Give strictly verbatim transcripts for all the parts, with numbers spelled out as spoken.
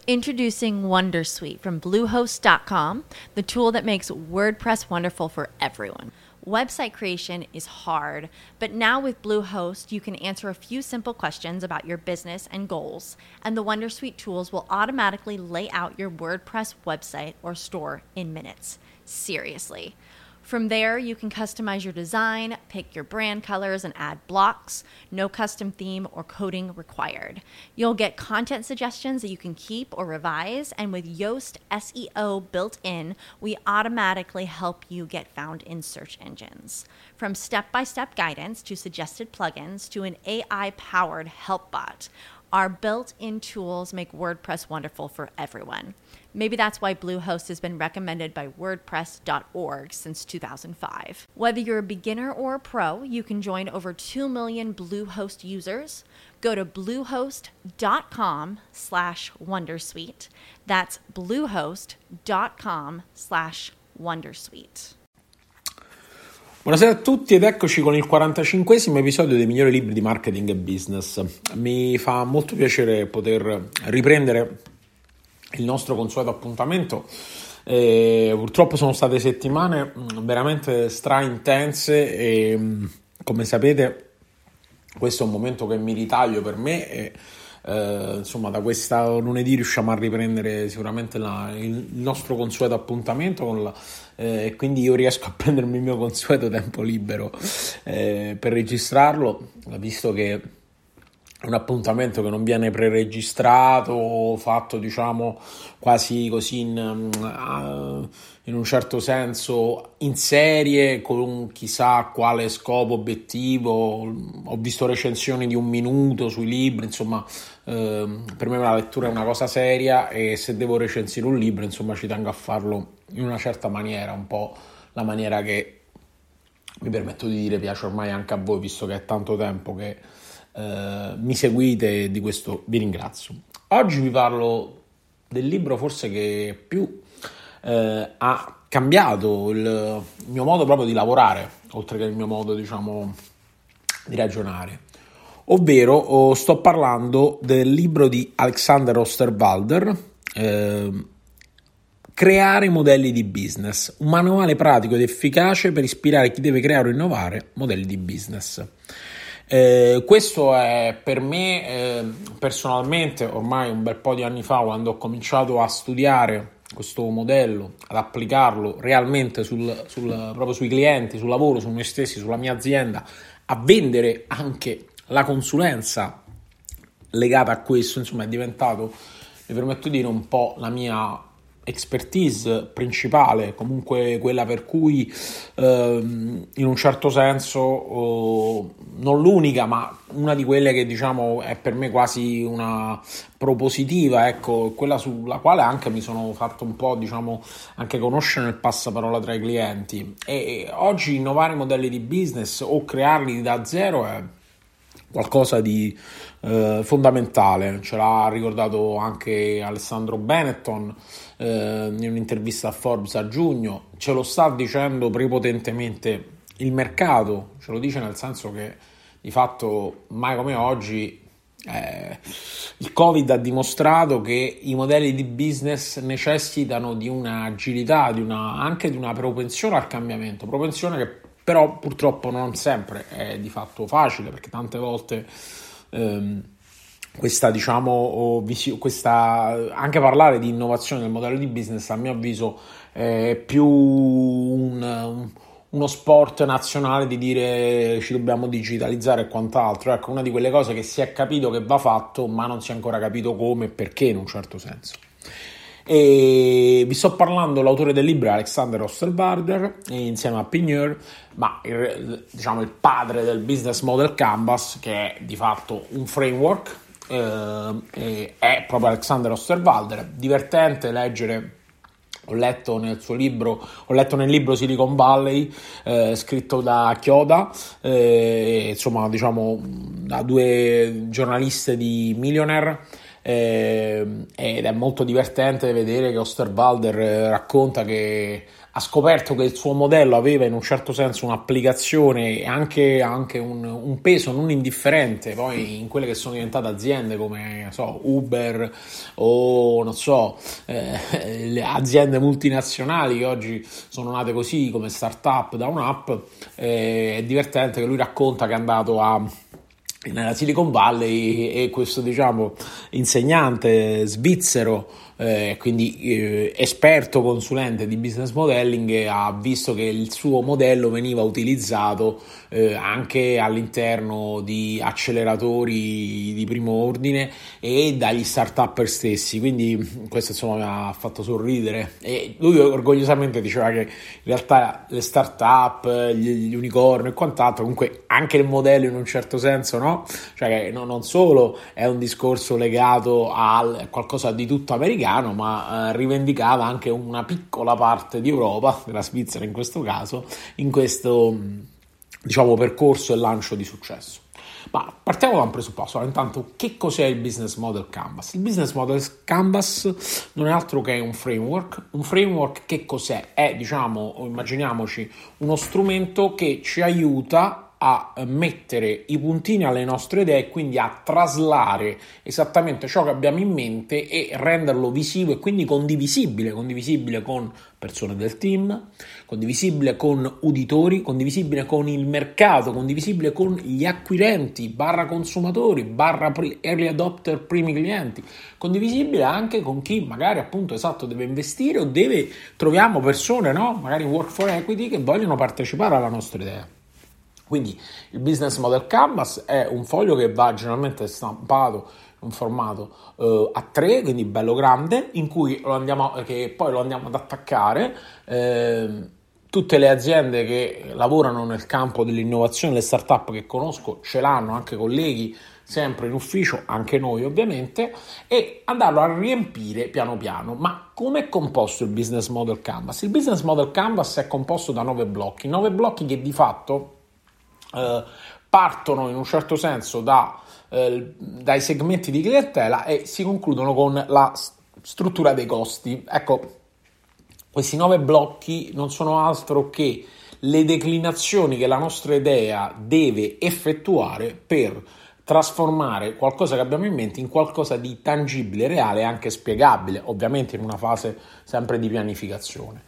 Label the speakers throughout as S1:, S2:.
S1: Introducing Wondersuite from Bluehost dot com, the tool that makes WordPress wonderful for everyone. Website creation is hard, but now with Bluehost, you can answer a few simple questions about your business and goals, and the Wondersuite tools will automatically lay out your WordPress website or store in minutes. Seriously. From there, you can customize your design, pick your brand colors, and add blocks. No custom theme or coding required. You'll get content suggestions that you can keep or revise, and with Yoast S E O built in, we automatically help you get found in search engines. From step-by-step guidance to suggested plugins to an A I-powered help bot, our built-in tools make WordPress wonderful for everyone. Maybe that's why Bluehost has been recommended by WordPress dot org since two thousand five. Whether you're a beginner or a pro, you can join over two million Bluehost users. Go to bluehost dot com slash wondersuite. That's bluehost dot com slash wondersuite.
S2: Buonasera a tutti ed eccoci con il quarantacinquesimo episodio dei migliori libri di marketing e business. Mi fa molto piacere poter riprendere il nostro consueto appuntamento. Eh, purtroppo sono state settimane veramente stra intense e, come sapete, questo è un momento che mi ritaglio per me e eh, insomma da questa lunedì riusciamo a riprendere sicuramente la, il nostro consueto appuntamento con la, eh, quindi io riesco a prendermi il mio consueto tempo libero eh, per registrarlo, visto che è un appuntamento che non viene preregistrato, fatto diciamo quasi così in, uh, in un certo senso in serie, con chissà quale scopo, obiettivo. Ho visto recensioni di un minuto sui libri, insomma uh, per me la lettura è una cosa seria e se devo recensire un libro insomma ci tengo a farlo in una certa maniera, un po' la maniera che mi permetto di dire piace ormai anche a voi, visto che è tanto tempo che Uh, mi seguite e di questo vi ringrazio. Oggi vi parlo del libro forse che più uh, ha cambiato il, il mio modo proprio di lavorare, oltre che il mio modo diciamo di ragionare, ovvero oh, sto parlando del libro di Alexander Osterwalder, uh, Creare modelli di business, un manuale pratico ed efficace per ispirare chi deve creare o innovare modelli di business. Eh, questo è per me eh, personalmente ormai un bel po' di anni fa, quando ho cominciato a studiare questo modello, ad applicarlo realmente sul, sul, proprio sui clienti, sul lavoro, su noi stessi, sulla mia azienda, a vendere anche la consulenza legata a questo, insomma è diventato, mi permetto di dire, un po' la mia expertise principale, comunque quella per cui ehm, in un certo senso oh, non l'unica, ma una di quelle che diciamo è per me quasi una propositiva, ecco, quella sulla quale anche mi sono fatto un po' diciamo anche conoscere nel passaparola tra i clienti. E, e oggi innovare i modelli di business o crearli da zero è qualcosa di eh, fondamentale. Ce l'ha ricordato anche Alessandro Benetton eh, in un'intervista a Forbes a giugno, ce lo sta dicendo prepotentemente il mercato, ce lo dice nel senso che di fatto mai come oggi eh, il Covid ha dimostrato che i modelli di business necessitano di una agilità, di una, anche di una propensione al cambiamento, propensione che però purtroppo non sempre è di fatto facile, perché tante volte ehm, questa diciamo visi- questa anche parlare di innovazione del modello di business a mio avviso è più un, un, uno sport nazionale di dire ci dobbiamo digitalizzare e quant'altro. Ecco, una di quelle cose che si è capito che va fatto, ma non si è ancora capito come e perché, in un certo senso. E vi sto parlando, l'autore del libro è Alexander Osterwalder insieme a Pigneur, ma il, diciamo il padre del Business Model Canvas, che è di fatto un framework, eh, è proprio Alexander Osterwalder. Divertente leggere, ho letto nel suo libro, ho letto nel libro Silicon Valley, eh, scritto da Chioda, eh, insomma diciamo da due giornaliste di Millionaire, eh, ed è molto divertente vedere che Osterwalder eh, racconta che ha scoperto che il suo modello aveva in un certo senso un'applicazione e anche, anche un, un peso non indifferente poi in quelle che sono diventate aziende come non so, Uber o non so eh, le aziende multinazionali che oggi sono nate così come start-up da un'app. Eh, è divertente che lui racconta che è andato a nella Silicon Valley e questo diciamo insegnante svizzero eh, quindi eh, esperto consulente di business modelling ha visto che il suo modello veniva utilizzato eh, anche all'interno di acceleratori di primo ordine e dagli start-upper stessi, quindi questo insomma mi ha fatto sorridere e lui orgogliosamente diceva che in realtà le start-up, gli, gli unicorni e quant'altro, comunque anche il modello in un certo senso, no? Cioè che no, non solo è un discorso legato a qualcosa di tutto americano, ma eh, rivendicava anche una piccola parte di Europa, della Svizzera in questo caso, in questo diciamo percorso e lancio di successo. Ma partiamo da un presupposto. Allora, intanto, che cos'è il Business Model Canvas? Il Business Model Canvas non è altro che un framework. Un framework che cos'è? È, diciamo, immaginiamoci uno strumento che ci aiuta a mettere i puntini alle nostre idee e quindi a traslare esattamente ciò che abbiamo in mente e renderlo visivo e quindi condivisibile, condivisibile con persone del team, condivisibile con uditori, condivisibile con il mercato, condivisibile con gli acquirenti, barra consumatori, barra early adopter, primi clienti, condivisibile anche con chi magari appunto esatto deve investire o deve, troviamo persone, no? Magari work for equity che vogliono partecipare alla nostra idea. Quindi il Business Model Canvas è un foglio che va generalmente stampato in un formato eh, a tre, quindi bello grande, in cui lo andiamo, che poi lo andiamo ad attaccare. Eh, tutte le aziende che lavorano nel campo dell'innovazione, le start-up che conosco, ce l'hanno, anche colleghi, sempre in ufficio, anche noi ovviamente, e andarlo a riempire piano piano. Ma come è composto il Business Model Canvas? Il Business Model Canvas è composto da nove blocchi, nove blocchi che di fatto Uh, partono in un certo senso da, uh, dai segmenti di clientela e si concludono con la st- struttura dei costi. Ecco, questi nove blocchi non sono altro che le declinazioni che la nostra idea deve effettuare per trasformare qualcosa che abbiamo in mente in qualcosa di tangibile, reale e anche spiegabile, ovviamente in una fase sempre di pianificazione.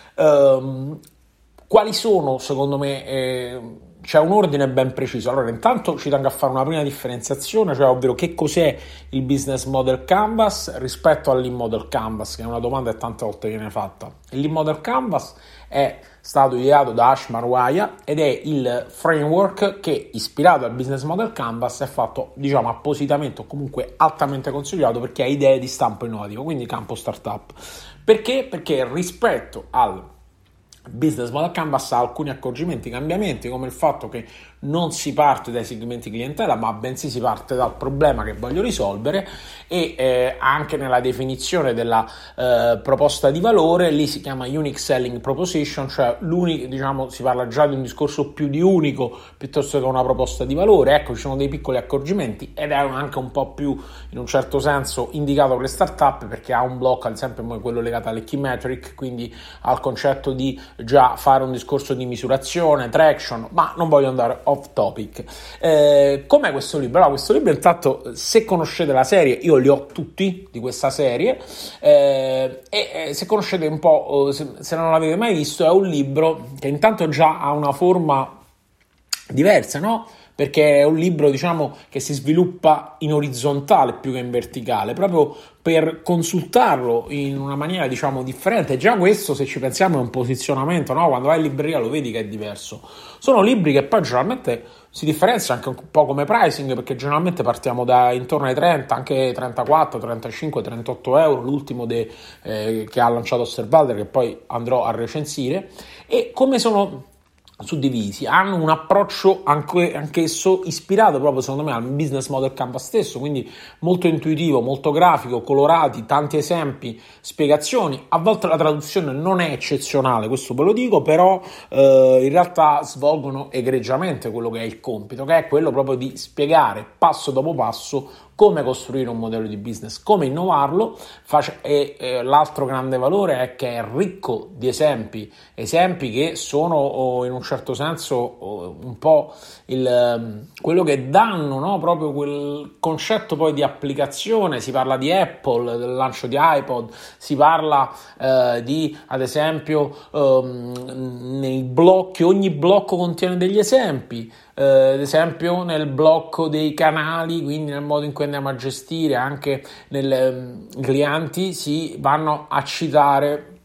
S2: Um, quali sono, secondo me, eh, c'è un ordine ben preciso. Allora, intanto ci tengo a fare una prima differenziazione, cioè ovvero che cos'è il Business Model Canvas rispetto all'Lean Model Canvas, che è una domanda che tante volte viene fatta. Il Lean Model Canvas è stato ideato da Ash Maurya ed è il framework che, ispirato al Business Model Canvas, è fatto, diciamo, appositamente o comunque altamente consigliato perché ha idee di stampo innovativo, quindi campo startup. Perché? Perché rispetto al Business Model Canvas ha alcuni accorgimenti, cambiamenti, come il fatto che non si parte dai segmenti clientela, ma bensì si parte dal problema che voglio risolvere e eh, anche nella definizione della eh, proposta di valore, lì si chiama Unique Selling Proposition, cioè l'unico, diciamo, si parla già di un discorso più di unico piuttosto che una proposta di valore. Ecco, ci sono dei piccoli accorgimenti ed è anche un po' più, in un certo senso, indicato per le startup perché ha un blocco, ad esempio quello legato alle key metric, quindi al concetto di già fare un discorso di misurazione, traction, ma non voglio andare off topic. Eh, com'è questo libro? Allora, questo libro, intanto, se conoscete la serie, io li ho tutti di questa serie, eh, e eh, se conoscete un po', se, se non l'avete mai visto, è un libro che intanto già ha una forma diversa, no? Perché è un libro, diciamo, che si sviluppa in orizzontale più che in verticale, proprio per consultarlo in una maniera, diciamo, differente. Già questo, se ci pensiamo, è un posizionamento, no? Quando vai in libreria lo vedi che è diverso. Sono libri che poi generalmente si differenziano anche un po' come pricing, perché generalmente partiamo da intorno ai trenta, anche trentaquattro, trentacinque, trentotto euro, l'ultimo de, eh, che ha lanciato Osterwalder, che poi andrò a recensire. E come sono suddivisi, hanno un approccio anche, anch'esso ispirato proprio, secondo me, al Business Model Canvas stesso, quindi molto intuitivo, molto grafico, colorati, tanti esempi, spiegazioni. A volte la traduzione non è eccezionale, questo ve lo dico, però eh, in realtà svolgono egregiamente quello che è il compito, che è quello proprio di spiegare passo dopo passo come costruire un modello di business, come innovarlo, e eh, l'altro grande valore è che è ricco di esempi, esempi che sono oh, in un certo senso oh, un po' il, quello che danno, no? Proprio quel concetto poi di applicazione. Si parla di Apple, del lancio di iPod, si parla eh, di, ad esempio, ehm, nei blocchi, ogni blocco contiene degli esempi. Uh, ad esempio nel blocco dei canali, quindi nel modo in cui andiamo a gestire anche nel, um, clienti, si vanno a citare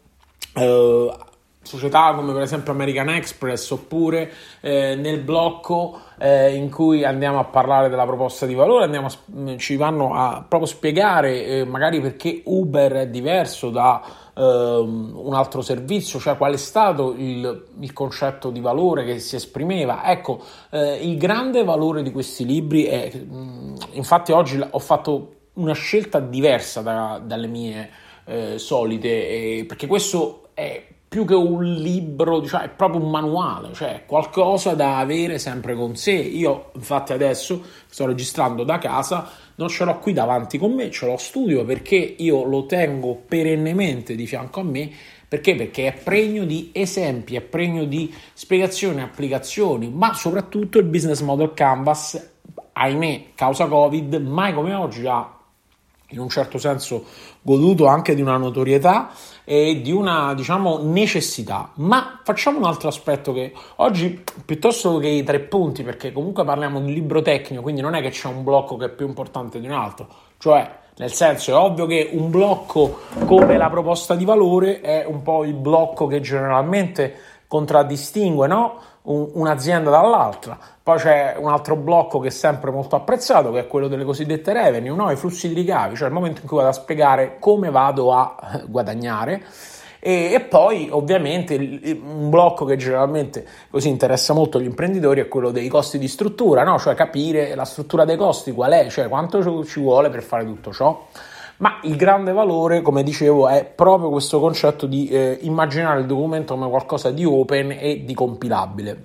S2: uh, società come per esempio American Express, oppure eh, nel blocco eh, in cui andiamo a parlare della proposta di valore, andiamo a, ci vanno a proprio spiegare eh, magari perché Uber è diverso da eh, un altro servizio, cioè qual è stato il, il concetto di valore che si esprimeva. Ecco, eh, il grande valore di questi libri è, mh, infatti oggi ho fatto una scelta diversa da, dalle mie eh, solite, eh, perché questo è più che un libro, cioè è proprio un manuale, cioè qualcosa da avere sempre con sé. Io infatti adesso sto registrando da casa, non ce l'ho qui davanti con me, ce l'ho studio, perché io lo tengo perennemente di fianco a me. Perché? Perché è pregno di esempi, è pregno di spiegazioni, applicazioni, ma soprattutto il Business Model Canvas, ahimè, causa Covid, mai come oggi ha in un certo senso goduto anche di una notorietà e di una, diciamo, necessità. Ma facciamo un altro aspetto, che oggi, piuttosto che i tre punti, perché comunque parliamo di un libro tecnico, quindi non è che c'è un blocco che è più importante di un altro, cioè nel senso è ovvio che un blocco come la proposta di valore è un po' il blocco che generalmente contraddistingue, no? Un, un'azienda dall'altra. Poi c'è un altro blocco che è sempre molto apprezzato, che è quello delle cosiddette revenue, no? I flussi di ricavi, cioè il momento in cui vado a spiegare come vado a guadagnare. E, e poi ovviamente il, un blocco che generalmente così interessa molto gli imprenditori è quello dei costi di struttura, no? Cioè capire la struttura dei costi qual è, cioè quanto ci vuole per fare tutto ciò. Ma il grande valore, come dicevo, è proprio questo concetto di eh, immaginare il documento come qualcosa di open e di compilabile.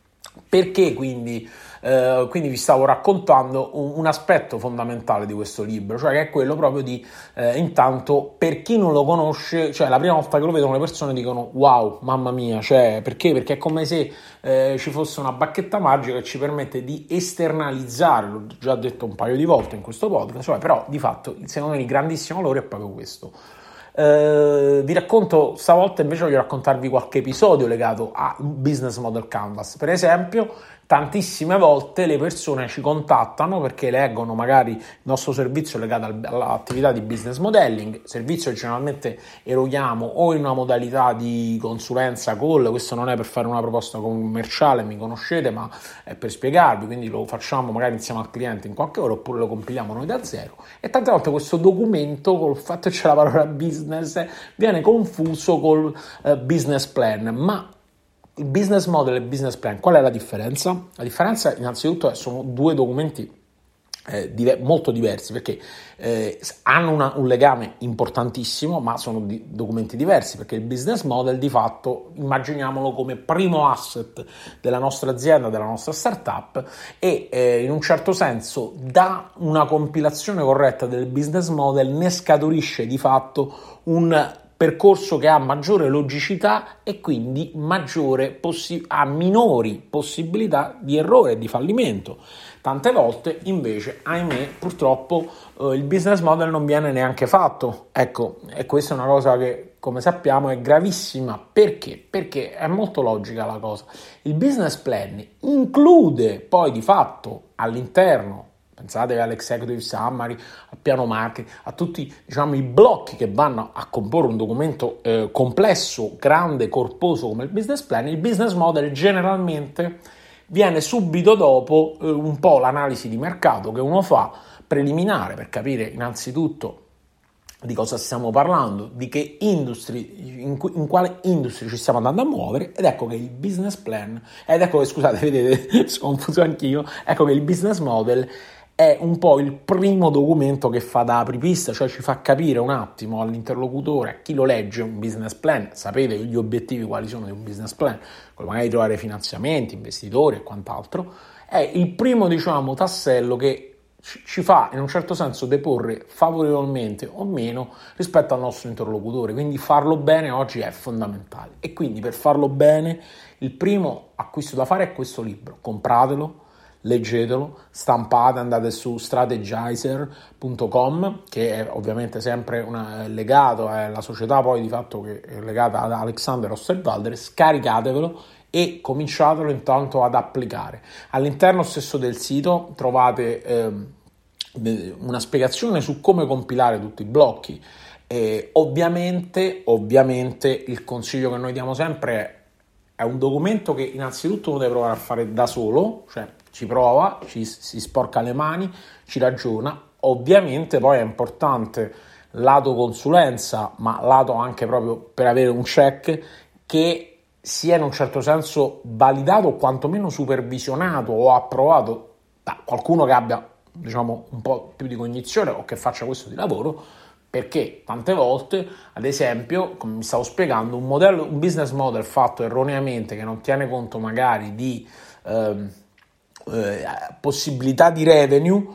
S2: Perché quindi, eh, quindi vi stavo raccontando un, un aspetto fondamentale di questo libro, cioè che è quello proprio di, eh, intanto, per chi non lo conosce, cioè la prima volta che lo vedono le persone dicono wow, mamma mia, cioè perché? Perché è come se eh, ci fosse una bacchetta magica che ci permette di esternalizzare, l'ho già detto un paio di volte in questo podcast, cioè, però di fatto secondo me il grandissimo valore è proprio questo. Uh, vi racconto stavolta, invece voglio raccontarvi qualche episodio legato a Business Model Canvas. Per esempio, tantissime volte le persone ci contattano perché leggono magari il nostro servizio legato all'attività di business modelling, servizio che generalmente eroghiamo o in una modalità di consulenza call. Questo non è per fare una proposta commerciale, mi conoscete, ma è per spiegarvi, quindi lo facciamo magari insieme al cliente in qualche ora, oppure lo compiliamo noi da zero. E tante volte questo documento, col fatto che c'è la parola business, viene confuso col uh, business plan. Ma il business model e il business plan, qual è la differenza? La differenza innanzitutto è, sono due documenti eh, diver- molto diversi, perché eh, hanno una, un legame importantissimo, ma sono di- documenti diversi, perché il business model di fatto immaginiamolo come primo asset della nostra azienda, della nostra startup, e eh, in un certo senso da una compilazione corretta del business model ne scaturisce di fatto un percorso che ha maggiore logicità e quindi maggiore possi- ha minori possibilità di errore e di fallimento. Tante volte invece, ahimè, purtroppo eh, il business model non viene neanche fatto. Ecco, e questa è una cosa che, come sappiamo, è gravissima. Perché? Perché è molto logica la cosa. Il business plan include poi di fatto all'interno, pensate all'executive summary, al piano marketing, a tutti, diciamo, i blocchi che vanno a comporre un documento eh, complesso, grande, corposo come il business plan. Il business model generalmente viene subito dopo eh, un po' l'analisi di mercato che uno fa preliminare per capire innanzitutto di cosa stiamo parlando, di che industry, in, cui, in quale industria ci stiamo andando a muovere, ed ecco che il business plan, ed ecco che, scusate, vedete, sconfuso anch'io, ecco che il business model è un po' il primo documento che fa da apripista, cioè ci fa capire un attimo all'interlocutore, a chi lo legge un business plan. Sapete gli obiettivi quali sono di un business plan, quello magari di trovare finanziamenti, investitori e quant'altro. È il primo, diciamo, tassello che ci fa in un certo senso deporre favorevolmente o meno rispetto al nostro interlocutore, quindi farlo bene oggi è fondamentale. E quindi per farlo bene il primo acquisto da fare è questo libro, compratelo, leggetelo, stampate, andate su strategizer punto com, che è ovviamente sempre una, legato alla società poi di fatto che è legata ad Alexander Osterwalder, scaricatevelo e cominciatelo intanto ad applicare. All'interno stesso del sito trovate eh, una spiegazione su come compilare tutti i blocchi. Eh, ovviamente, ovviamente il consiglio che noi diamo sempre è, è un documento che innanzitutto uno deve provare a fare da solo, cioè ci prova, ci, si sporca le mani, ci ragiona. Ovviamente poi è importante lato consulenza, ma lato anche proprio per avere un check che sia in un certo senso validato o quantomeno supervisionato o approvato da qualcuno che abbia, diciamo, un po' più di cognizione o che faccia questo di lavoro, perché tante volte, ad esempio, come mi stavo spiegando, un modello, un business model fatto erroneamente, che non tiene conto magari di ehm, eh, possibilità di revenue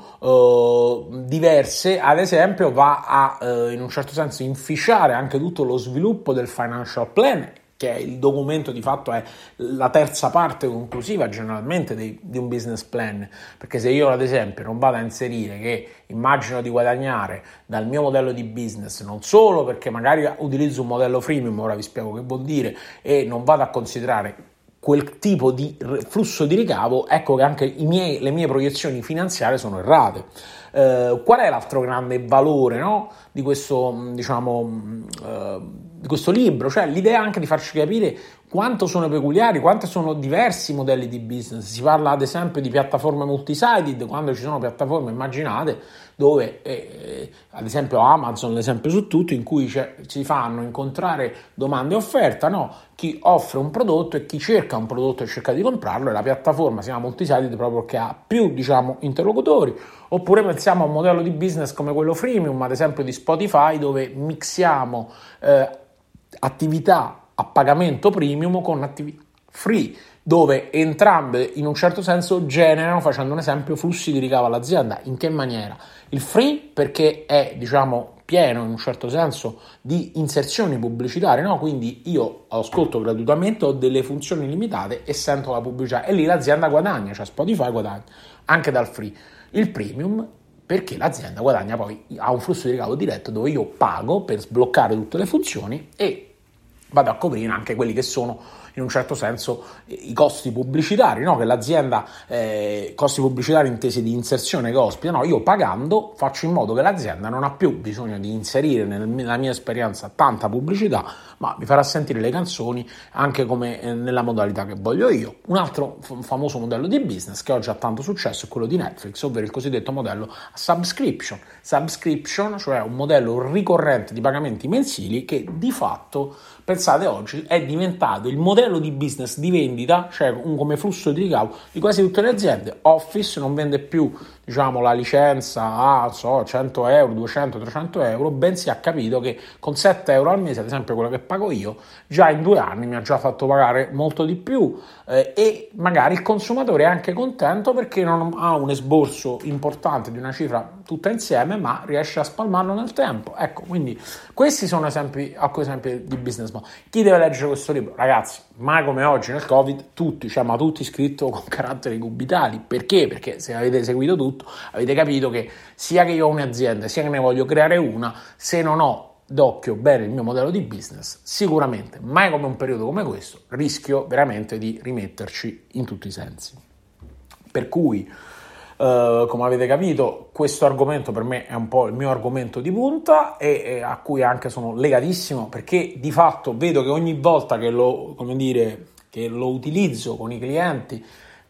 S2: eh, diverse, ad esempio va a eh, in un certo senso inficiare anche tutto lo sviluppo del financial plan, che è il documento di fatto è la terza parte conclusiva generalmente di, di un business plan, perché se io ad esempio non vado a inserire che immagino di guadagnare dal mio modello di business, non solo perché magari utilizzo un modello freemium, ora vi spiego che vuol dire, e non vado a considerare quel tipo di flusso di ricavo, ecco che anche i miei, le mie proiezioni finanziarie sono errate. Eh, qual è l'altro grande valore, no, di questo, diciamo, eh, di questo libro? Cioè l'idea anche di farci capire quanto sono peculiari, quanto sono diversi i modelli di business. Si parla ad esempio di piattaforme multi-sided, quando ci sono piattaforme, immaginate, dove eh, ad esempio Amazon, l'esempio su tutto, in cui ci fanno incontrare domande e offerta, no? Chi offre un prodotto e chi cerca un prodotto e cerca di comprarlo, e la piattaforma si chiama multi-sided proprio perché ha più, diciamo, interlocutori. Oppure pensiamo a un modello di business come quello freemium, ad esempio di Spotify, dove mixiamo eh, attività a pagamento premium con attività free, dove entrambe in un certo senso generano, facendo un esempio, flussi di ricavo all'azienda. In che maniera? Il free perché è, diciamo, pieno in un certo senso di inserzioni pubblicitarie, no? Quindi io ascolto gratuitamente, ho delle funzioni limitate e sento la pubblicità, e lì l'azienda guadagna, cioè Spotify guadagna anche dal free. Il premium perché l'azienda guadagna, poi ha un flusso di ricavo diretto dove io pago per sbloccare tutte le funzioni e vado a coprire anche quelli che sono in un certo senso i costi pubblicitari, no? Che l'azienda, eh, costi pubblicitari intesi di inserzione che ospita, no? Io pagando faccio in modo che l'azienda non ha più bisogno di inserire nel, nella mia esperienza tanta pubblicità, ma mi farà sentire le canzoni anche come eh, nella modalità che voglio io. Un altro f- famoso modello di business che oggi ha tanto successo è quello di Netflix, ovvero il cosiddetto modello a subscription. Subscription, cioè un modello ricorrente di pagamenti mensili che di fatto, pensate, oggi è diventato il modello di business di vendita, cioè un, come flusso di ricavo di quasi tutte le aziende. Office non vende più, diciamo, la licenza a ah, so, cento euro, duecento, trecento euro, bensì ha capito che con sette euro al mese, ad esempio quello che pago io, già in due anni mi ha già fatto pagare molto di più, eh, e magari il consumatore è anche contento perché non ha un esborso importante di una cifra tutta insieme, ma riesce a spalmarlo nel tempo. Ecco, quindi questi sono esempi, alcuni esempi di business model. Chi deve leggere questo libro? Ragazzi, mai come oggi nel Covid, tutti, cioè ma tutti scritto con caratteri cubitali. Perché? Perché se avete seguito tutto, avete capito che sia che io ho un'azienda, sia che ne voglio creare una, se non ho d'occhio bene il mio modello di business, sicuramente mai come un periodo come questo rischio veramente di rimetterci in tutti i sensi. Per cui Uh, come avete capito, questo argomento per me è un po' il mio argomento di punta e, e a cui anche sono legatissimo, perché di fatto vedo che ogni volta che lo, come dire, che lo utilizzo con i clienti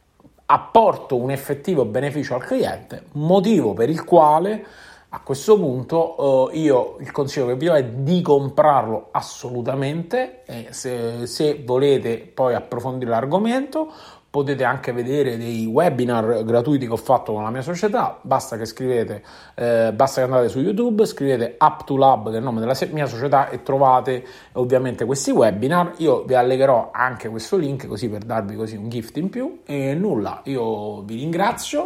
S2: apporto un effettivo beneficio al cliente, motivo per il quale a questo punto uh, io il consiglio che vi do è di comprarlo assolutamente. E se, se volete poi approfondire l'argomento, potete anche vedere dei webinar gratuiti che ho fatto con la mia società. Basta che scrivete, eh, basta che andate su YouTube, scrivete Up to Lab, che è il nome della mia società, e trovate ovviamente questi webinar. Io vi allegherò anche questo link così per darvi così un gift in più. E nulla, io vi ringrazio,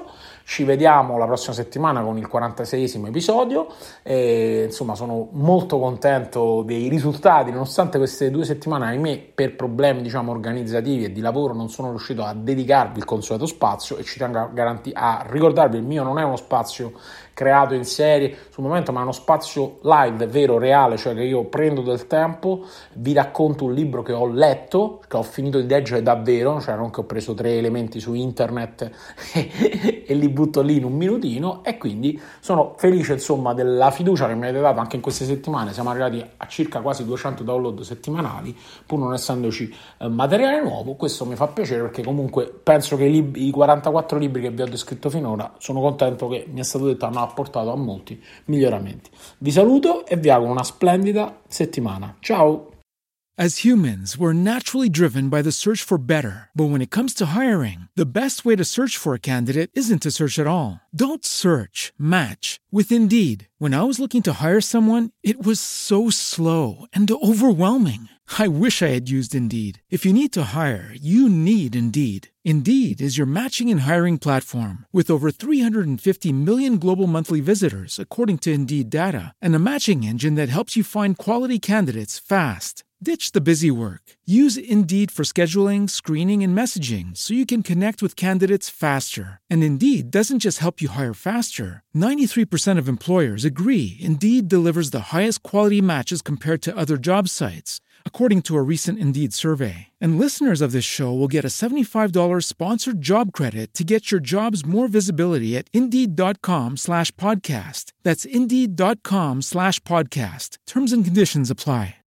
S2: Ci vediamo la prossima settimana con il quarantaseiesimo episodio e insomma sono molto contento dei risultati, nonostante queste due settimane, ahimè, per problemi diciamo organizzativi e di lavoro non sono riuscito a dedicarvi il consueto spazio, e ci tengo a, garanti- a ricordarvi, il mio non è uno spazio creato in serie sul momento, ma è uno spazio live, vero, reale, cioè che io prendo del tempo, vi racconto un libro che ho letto, che ho finito di leggere davvero, cioè non che ho preso tre elementi su internet e, e li butto lì in un minutino, e quindi sono felice insomma della fiducia che mi avete dato anche in queste settimane. Siamo arrivati a circa quasi duecento download settimanali, pur non essendoci eh, materiale nuovo. Questo mi fa piacere, perché comunque penso che i, lib- i quarantaquattro libri che vi ho descritto finora, sono contento che mi è stato detto hanno apportato a molti miglioramenti. Vi saluto e vi auguro una splendida settimana. Ciao!
S3: As humans, we're naturally driven by the search for better. But when it comes to hiring, the best way to search for a candidate isn't to search at all. Don't search, match with Indeed. When I was looking to hire someone, it was so slow and overwhelming. I wish I had used Indeed. If you need to hire, you need Indeed. Indeed is your matching and hiring platform with over three hundred fifty million global monthly visitors, according to Indeed data, and a matching engine that helps you find quality candidates fast. Ditch the busy work. Use Indeed for scheduling, screening, and messaging so you can connect with candidates faster. And Indeed doesn't just help you hire faster. ninety-three percent of employers agree Indeed delivers the highest quality matches compared to other job sites, according to a recent Indeed survey. And listeners of this show will get a seventy-five dollars sponsored job credit to get your jobs more visibility at Indeed.com slash podcast. That's Indeed.com slash podcast. Terms and conditions apply.